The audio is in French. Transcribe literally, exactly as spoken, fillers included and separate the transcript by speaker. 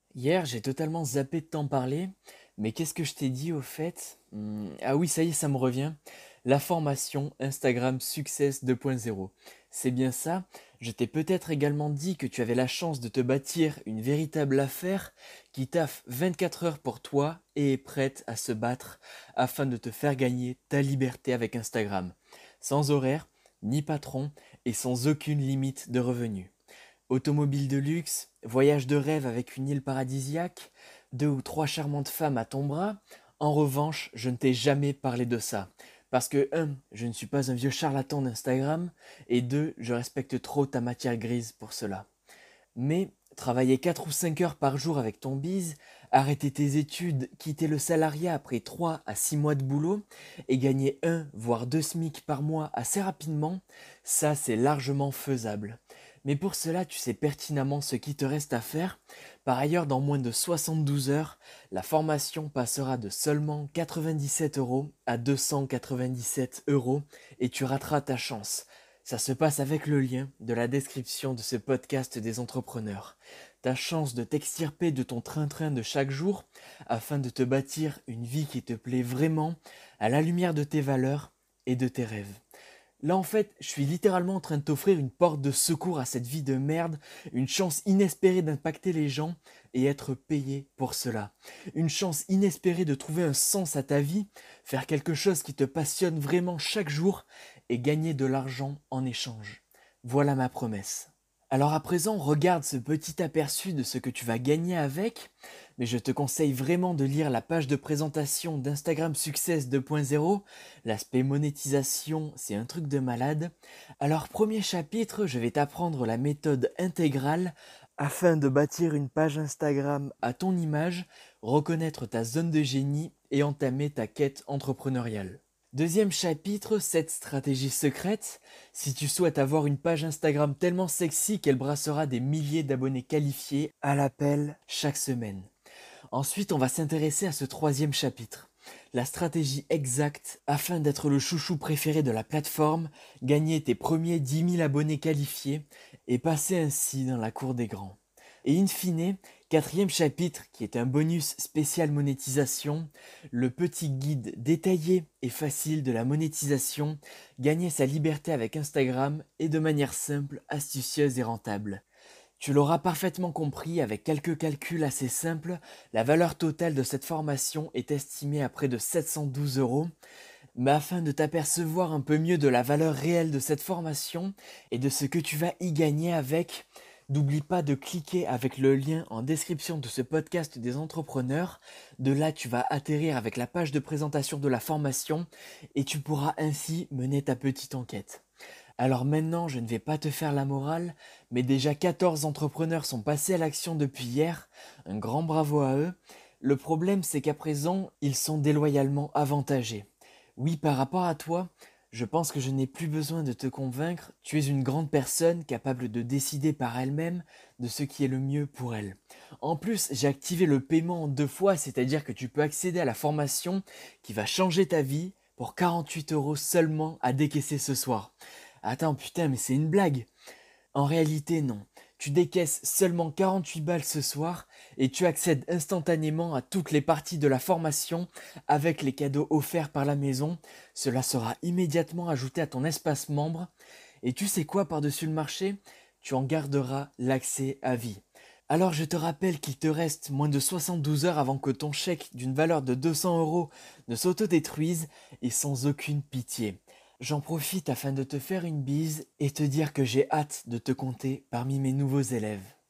Speaker 1: Hier, j'ai totalement zappé de t'en parler, mais qu'est-ce que je t'ai dit au fait? Hmm, Ah oui, ça y est, ça me revient. La formation Instagram Success deux point zéro. C'est bien ça. Je t'ai peut-être également dit que tu avais la chance de te bâtir une véritable affaire qui taffe vingt-quatre heures pour toi et est prête à se battre afin de te faire gagner ta liberté avec Instagram. Sans horaire, ni patron et sans aucune limite de revenus. Automobile de luxe, voyage de rêve avec une île paradisiaque, deux ou trois charmantes femmes à ton bras. En revanche, je ne t'ai jamais parlé de ça. Parce que, un, je ne suis pas un vieux charlatan d'Instagram, et deux, je respecte trop ta matière grise pour cela. Mais travailler quatre ou cinq heures par jour avec ton bise, arrêter tes études, quitter le salariat après trois à six mois de boulot et gagner un voire deux SMIC par mois assez rapidement, ça c'est largement faisable. Mais pour cela, tu sais pertinemment ce qui te reste à faire. Par ailleurs, dans moins de soixante-douze heures, la formation passera de seulement quatre-vingt-dix-sept euros à deux cent quatre-vingt-dix-sept euros et tu rateras ta chance. Ça se passe avec le lien de la description de ce podcast des entrepreneurs. Ta chance de t'extirper de ton train-train de chaque jour afin de te bâtir une vie qui te plaît vraiment à la lumière de tes valeurs et de tes rêves. Là en fait, je suis littéralement en train de t'offrir une porte de secours à cette vie de merde, une chance inespérée d'impacter les gens et être payé pour cela. Une chance inespérée de trouver un sens à ta vie, faire quelque chose qui te passionne vraiment chaque jour et gagner de l'argent en échange. Voilà ma promesse. Alors à présent, regarde ce petit aperçu de ce que tu vas gagner avec, mais je te conseille vraiment de lire la page de présentation d'Instagram Success deux point zéro. L'aspect monétisation, c'est un truc de malade. Alors premier chapitre, je vais t'apprendre la méthode intégrale afin de bâtir une page Instagram à ton image, reconnaître ta zone de génie et entamer ta quête entrepreneuriale. Deuxième chapitre, cette stratégie secrète. Si tu souhaites avoir une page Instagram tellement sexy qu'elle brassera des milliers d'abonnés qualifiés à l'appel chaque semaine. Ensuite, on va s'intéresser à ce troisième chapitre. La stratégie exacte afin d'être le chouchou préféré de la plateforme, gagner tes premiers dix mille abonnés qualifiés et passer ainsi dans la cour des grands. Et in fine, quatrième chapitre qui est un bonus spécial monétisation, le petit guide détaillé et facile de la monétisation, gagner sa liberté avec Instagram et de manière simple, astucieuse et rentable. Tu l'auras parfaitement compris, avec quelques calculs assez simples, la valeur totale de cette formation est estimée à près de sept cent douze euros. Mais afin de t'apercevoir un peu mieux de la valeur réelle de cette formation et de ce que tu vas y gagner avec, n'oublie pas de cliquer avec le lien en description de ce podcast des entrepreneurs. De là, tu vas atterrir avec la page de présentation de la formation et tu pourras ainsi mener ta petite enquête. Alors maintenant, je ne vais pas te faire la morale, mais déjà quatorze entrepreneurs sont passés à l'action depuis hier. Un grand bravo à eux. Le problème, c'est qu'à présent, ils sont déloyalement avantagés. Oui, par rapport à toi, je pense que je n'ai plus besoin de te convaincre. Tu es une grande personne capable de décider par elle-même de ce qui est le mieux pour elle. En plus, j'ai activé le paiement en deux fois, c'est-à-dire que tu peux accéder à la formation qui va changer ta vie pour quarante-huit euros seulement à décaisser ce soir. Attends, putain, mais c'est une blague. En réalité, non. Tu décaisses seulement quarante-huit balles ce soir et tu accèdes instantanément à toutes les parties de la formation avec les cadeaux offerts par la maison. Cela sera immédiatement ajouté à ton espace membre. Et tu sais quoi par-dessus le marché? Tu en garderas l'accès à vie. Alors je te rappelle qu'il te reste moins de soixante-douze heures avant que ton chèque d'une valeur de deux cents euros ne s'autodétruise et sans aucune pitié. J'en profite afin de te faire une bise et te dire que j'ai hâte de te compter parmi mes nouveaux élèves.